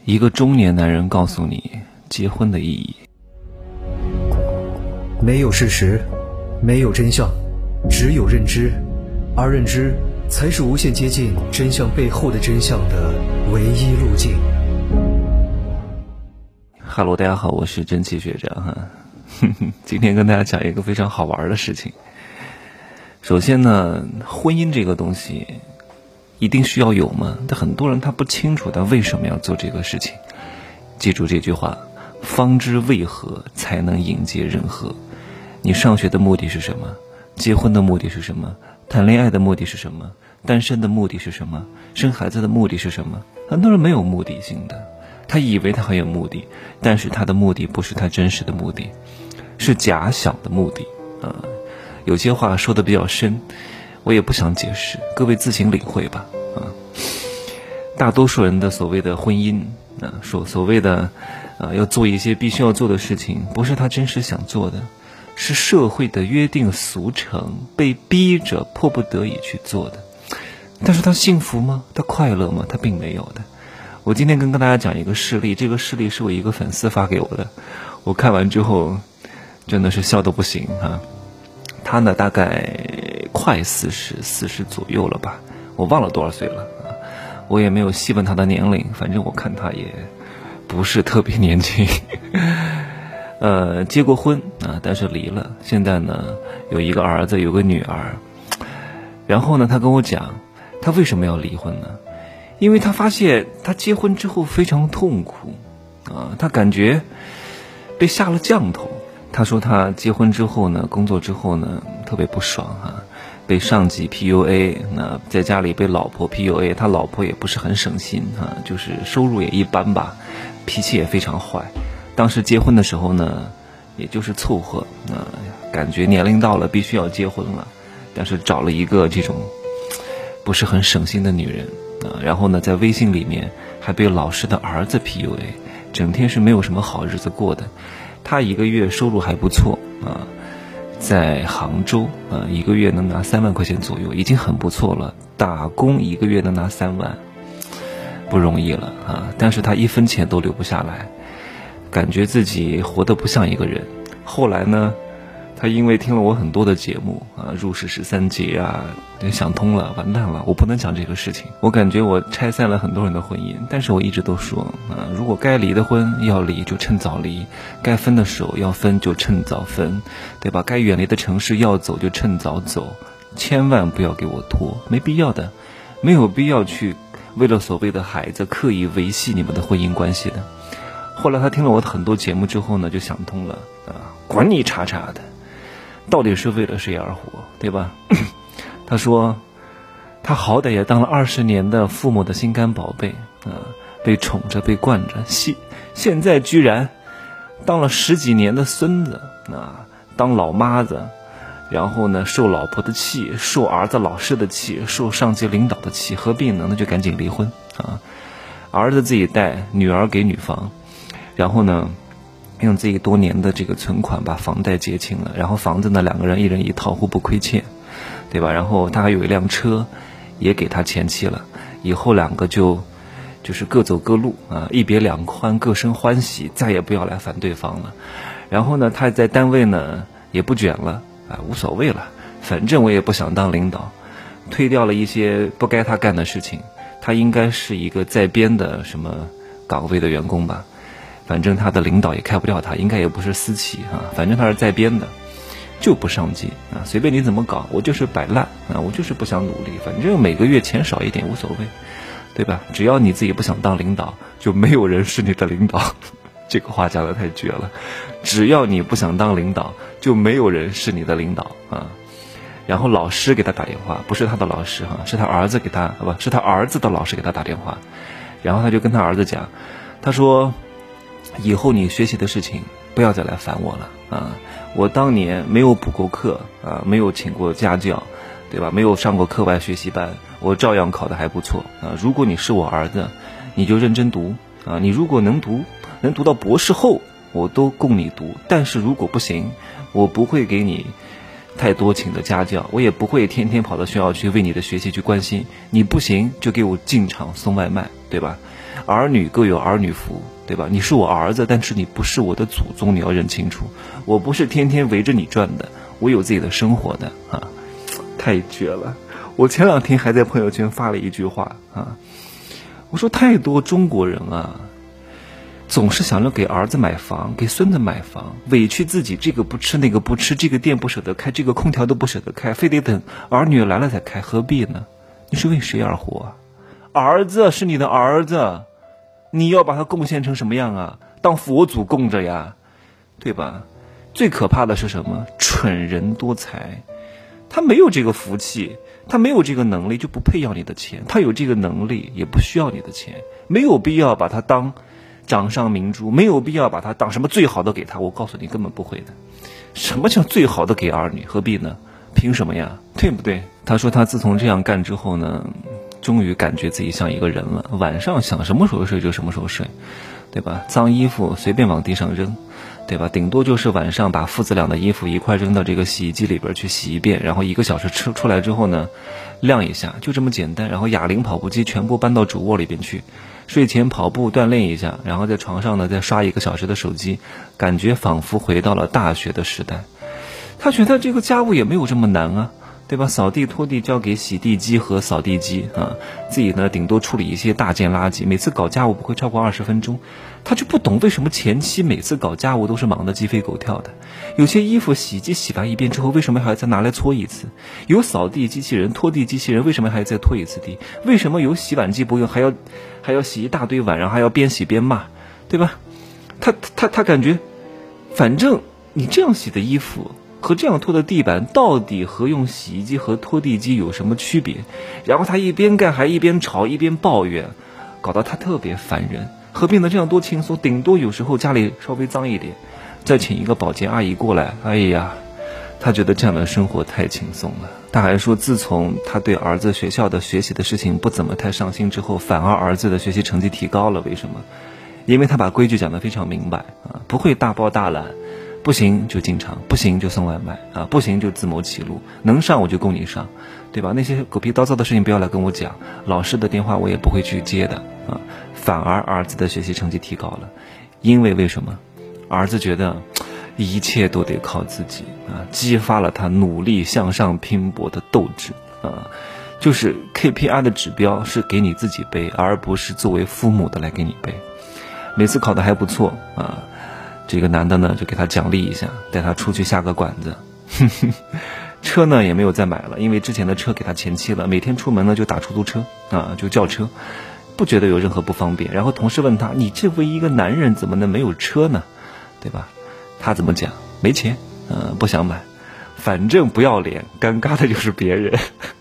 一个中年男人告诉你结婚的意义。 没有事实，没有真相，只有认知，而认知才是无限接近真相背后的真相的唯一路径。 哈喽，大家好，我是真气学长哈。今天跟大家讲一个非常好玩的事情。首先呢，婚姻这个东西一定需要有吗？但很多人他不清楚他为什么要做这个事情。记住这句话，方知为何才能迎接人和。你上学的目的是什么？结婚的目的是什么？谈恋爱的目的是什么？单身的目的是什么？生孩子的目的是什么？很多人没有目的性的，他以为他很有目的，但是他的目的不是他真实的目的，是假想的目的有些话说的比较深，我也不想解释，各位自行领会吧大多数人的所谓的婚姻所谓的要做一些必须要做的事情，不是他真实想做的，是社会的约定俗成，被逼着迫不得已去做的。但是他幸福吗？他快乐吗？他并没有的。我今天跟大家讲一个事例，这个事例是我一个粉丝发给我的，我看完之后真的是笑得不行他呢大概快40左右了吧，我忘了多少岁了我也没有细问他的年龄，反正我看他也不是特别年轻结过婚但是离了，现在呢有一个儿子有个女儿。然后呢他跟我讲他为什么要离婚呢？因为他发现他结婚之后非常痛苦他感觉被下了降头。他说他结婚之后呢，工作之后呢特别不爽被上级 PUA， 那在家里被老婆 PUA， 他老婆也不是很省心就是收入也一般吧，脾气也非常坏。当时结婚的时候呢也就是凑合感觉年龄到了必须要结婚了，但是找了一个这种不是很省心的女人然后呢在微信里面还被老师的儿子 PUA， 整天是没有什么好日子过的。他一个月收入还不错在杭州一个月能拿3万块钱左右，已经很不错了。打工一个月能拿3万，不容易了但是他一分钱都留不下来，感觉自己活得不像一个人。后来呢他因为听了我很多的节目入世13劫想通了，完蛋了，我不能讲这个事情。我感觉我拆散了很多人的婚姻，但是我一直都说如果该离的婚要离就趁早离，该分的手要分就趁早分，对吧？该远离的城市要走就趁早走，千万不要给我拖，没必要的，没有必要去为了所谓的孩子刻意维系你们的婚姻关系的。后来他听了我很多节目之后呢就想通了管你叉叉的，到底是为了谁而活，对吧？他说他好歹也当了20年的父母的心肝宝贝被宠着被惯着，现在居然当了10几年的孙子当老妈子，然后呢受老婆的气，受儿子老师的气，受上级领导的气，何必呢？那就赶紧离婚儿子自己带，女儿给女方，然后呢用自己多年的这个存款把房贷结清了，然后房子呢2个人一人一套，互不亏欠，对吧？然后他还有一辆车也给他前妻了，以后2个就是各走各路一别两宽，各生欢喜，再也不要来烦对方了。然后呢他在单位呢也不卷了无所谓了，反正我也不想当领导，推掉了一些不该他干的事情。他应该是一个在编的什么岗位的员工吧，反正他的领导也开不掉他，应该也不是私企反正他是在编的，就不上进随便你怎么搞，我就是摆烂我就是不想努力，反正每个月钱少一点无所谓，对吧？只要你自己不想当领导，就没有人是你的领导这个话讲得太绝了，只要你不想当领导，就没有人是你的领导然后老师给他打电话，不是他的老师是他儿子给他是他儿子的老师给他打电话，然后他就跟他儿子讲，他说以后你学习的事情不要再来烦我了我当年没有补过课没有请过家教，对吧？没有上过课外学习班，我照样考得还不错如果你是我儿子，你就认真读你如果能读到博士后，我都供你读，但是如果不行，我不会给你太多请的家教，我也不会天天跑到学校去为你的学习去关心，你不行就给我进厂送外卖，对吧？ 儿女各有儿女福，对吧？你是我儿子，但是你不是我的祖宗，你要认清楚。我不是天天围着你转的，我有自己的生活的啊，太绝了！我前2天还在朋友圈发了一句话啊，我说太多中国人啊，总是想着给儿子买房，给孙子买房，委屈自己，这个不吃那个不吃，这个店不舍得开，这个空调都不舍得开，非得等儿女来了才开，何必呢？你是为谁而活啊？儿子是你的儿子，你要把他贡献成什么样啊？当佛祖供着呀，对吧？最可怕的是什么？蠢人多财，他没有这个福气，他没有这个能力，就不配要你的钱。他有这个能力，也不需要你的钱，没有必要把他当掌上明珠，没有必要把他当什么最好的给他。我告诉你，根本不会的。什么叫最好的给儿女？何必呢？凭什么呀？对不对？他说他自从这样干之后呢，终于感觉自己像一个人了。晚上想什么时候睡就什么时候睡，对吧？脏衣服随便往地上扔，对吧？顶多就是晚上把父子俩的衣服一块扔到这个洗衣机里边去洗一遍，然后1个小时出来之后呢，晾一下，就这么简单。然后哑铃跑步机全部搬到主卧里边去，睡前跑步锻炼一下，然后在床上呢再刷1个小时的手机，感觉仿佛回到了大学的时代。他觉得这个家务也没有这么难啊，对吧？扫地拖地交给洗地机和扫地机啊，自己呢顶多处理一些大件垃圾，每次搞家务不会超过20分钟。他就不懂为什么前期每次搞家务都是忙得鸡飞狗跳的。有些衣服洗衣机洗完一遍之后，为什么还要再拿来搓一次？有扫地机器人、拖地机器人，为什么还要再拖一次地？为什么有洗碗机不用还要洗一大堆碗，然后还要边洗边骂，对吧？他感觉，反正你这样洗的衣服和这样拖的地板到底和用洗衣机和拖地机有什么区别？然后他一边干还一边吵一边抱怨，搞得他特别烦人。何必呢？这样多轻松，顶多有时候家里稍微脏一点，再请一个保洁阿姨过来。哎呀，他觉得这样的生活太轻松了。他还说，自从他对儿子学校的学习的事情不怎么太上心之后，反而儿子的学习成绩提高了。为什么？因为他把规矩讲得非常明白啊，不会大包大揽，不行就进厂，不行就送外卖啊，不行就自谋其路，能上我就供你上，对吧？那些狗屁叨叨的事情不要来跟我讲，老师的电话我也不会去接的啊。反而儿子的学习成绩提高了，因为什么？儿子觉得一切都得靠自己啊，激发了他努力向上拼搏的斗志啊。就是 KPI 的指标是给你自己背，而不是作为父母的来给你背。每次考得还不错啊，这个男的呢就给他奖励一下，带他出去下个馆子。车呢也没有再买了，因为之前的车给他前妻了，每天出门呢就打出租车啊，就叫车，不觉得有任何不方便。然后同事问他，你这为一个男人怎么能没有车呢？对吧？他怎么讲？没钱，不想买，反正不要脸，尴尬的就是别人。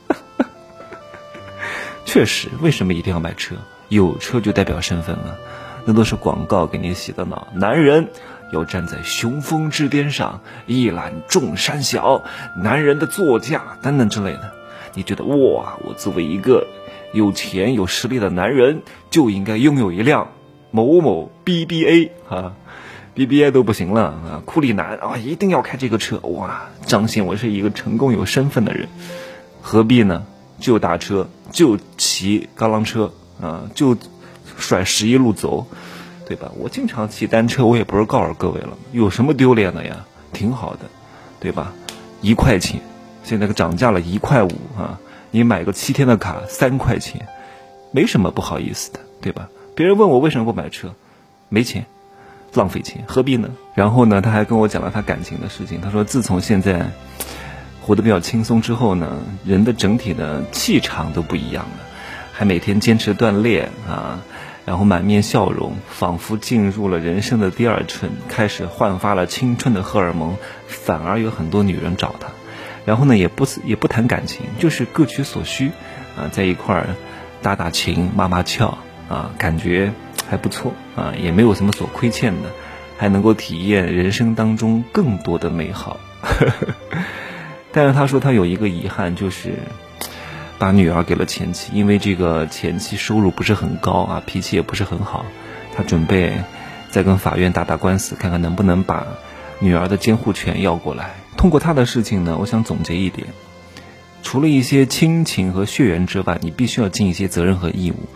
确实，为什么一定要买车？有车就代表身份了，那都是广告给你洗的脑。男人要站在雄风之巅上，一览众山小，男人的座驾等等之类的。你觉得哇，我作为一个有钱有实力的男人，就应该拥有一辆某某 BBA 啊 ，BBA 都不行了啊，库里南啊，一定要开这个车，哇，彰显我是一个成功有身份的人。何必呢？就打车，就骑钢狼车啊，就甩11路走，对吧？我经常骑单车，我也不是告诉各位了，有什么丢脸的呀？挺好的，对吧？1块钱，现在涨价了1.5块啊！你买个7天的卡3块钱，没什么不好意思的，对吧？别人问我为什么不买车，没钱，浪费钱，何必呢？然后呢，他还跟我讲了他感情的事情。他说，自从现在活得比较轻松之后呢，人的整体的气场都不一样了，还每天坚持锻炼啊，然后满面笑容，仿佛进入了人生的第2春，开始焕发了青春的荷尔蒙，反而有很多女人找他。然后呢，也不谈感情，就是各取所需啊，在一块儿打打情骂骂俏啊，感觉还不错啊，也没有什么所亏欠的，还能够体验人生当中更多的美好。但是他说他有一个遗憾，就是把女儿给了前妻，因为这个前妻收入不是很高啊，脾气也不是很好，他准备再跟法院打官司，看看能不能把女儿的监护权要过来。通过他的事情呢，我想总结一点，除了一些亲情和血缘之外，你必须要尽一些责任和义务。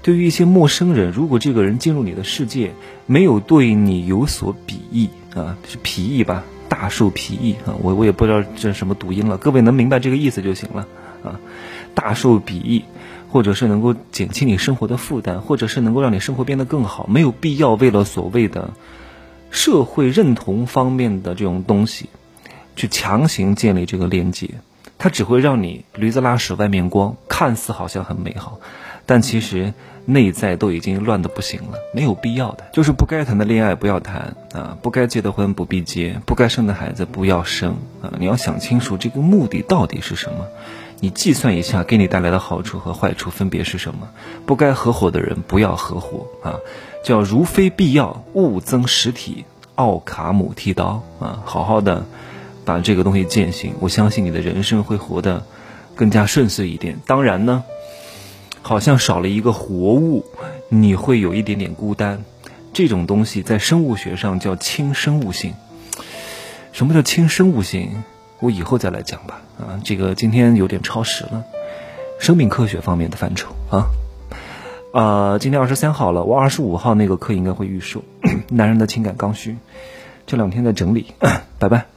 对于一些陌生人，如果这个人进入你的世界，没有对你有所鄙夷啊，是鄙夷吧，大受鄙夷啊，我也不知道这是什么读音了，各位能明白这个意思就行了啊，大受鄙夷，或者是能够减轻你生活的负担，或者是能够让你生活变得更好，没有必要为了所谓的社会认同方面的这种东西去强行建立这个连接，它只会让你驴子拉屎外面光，看似好像很美好，但其实内在都已经乱得不行了，没有必要的。就是不该谈的恋爱不要谈啊，不该结的婚不必结，不该生的孩子不要生啊！你要想清楚这个目的到底是什么，你计算一下给你带来的好处和坏处分别是什么。不该合伙的人不要合伙啊，叫如非必要勿增实体，奥卡姆剃刀啊，好好的把这个东西践行，我相信你的人生会活得更加顺遂一点。当然呢，好像少了一个活物，你会有一点点孤单。这种东西在生物学上叫轻生物性。什么叫轻生物性？我以后再来讲吧。啊，这个今天有点超时了，生命科学方面的范畴啊。今天23号了，我25号那个课应该会预售。男人的情感刚需，这2天在整理，拜拜。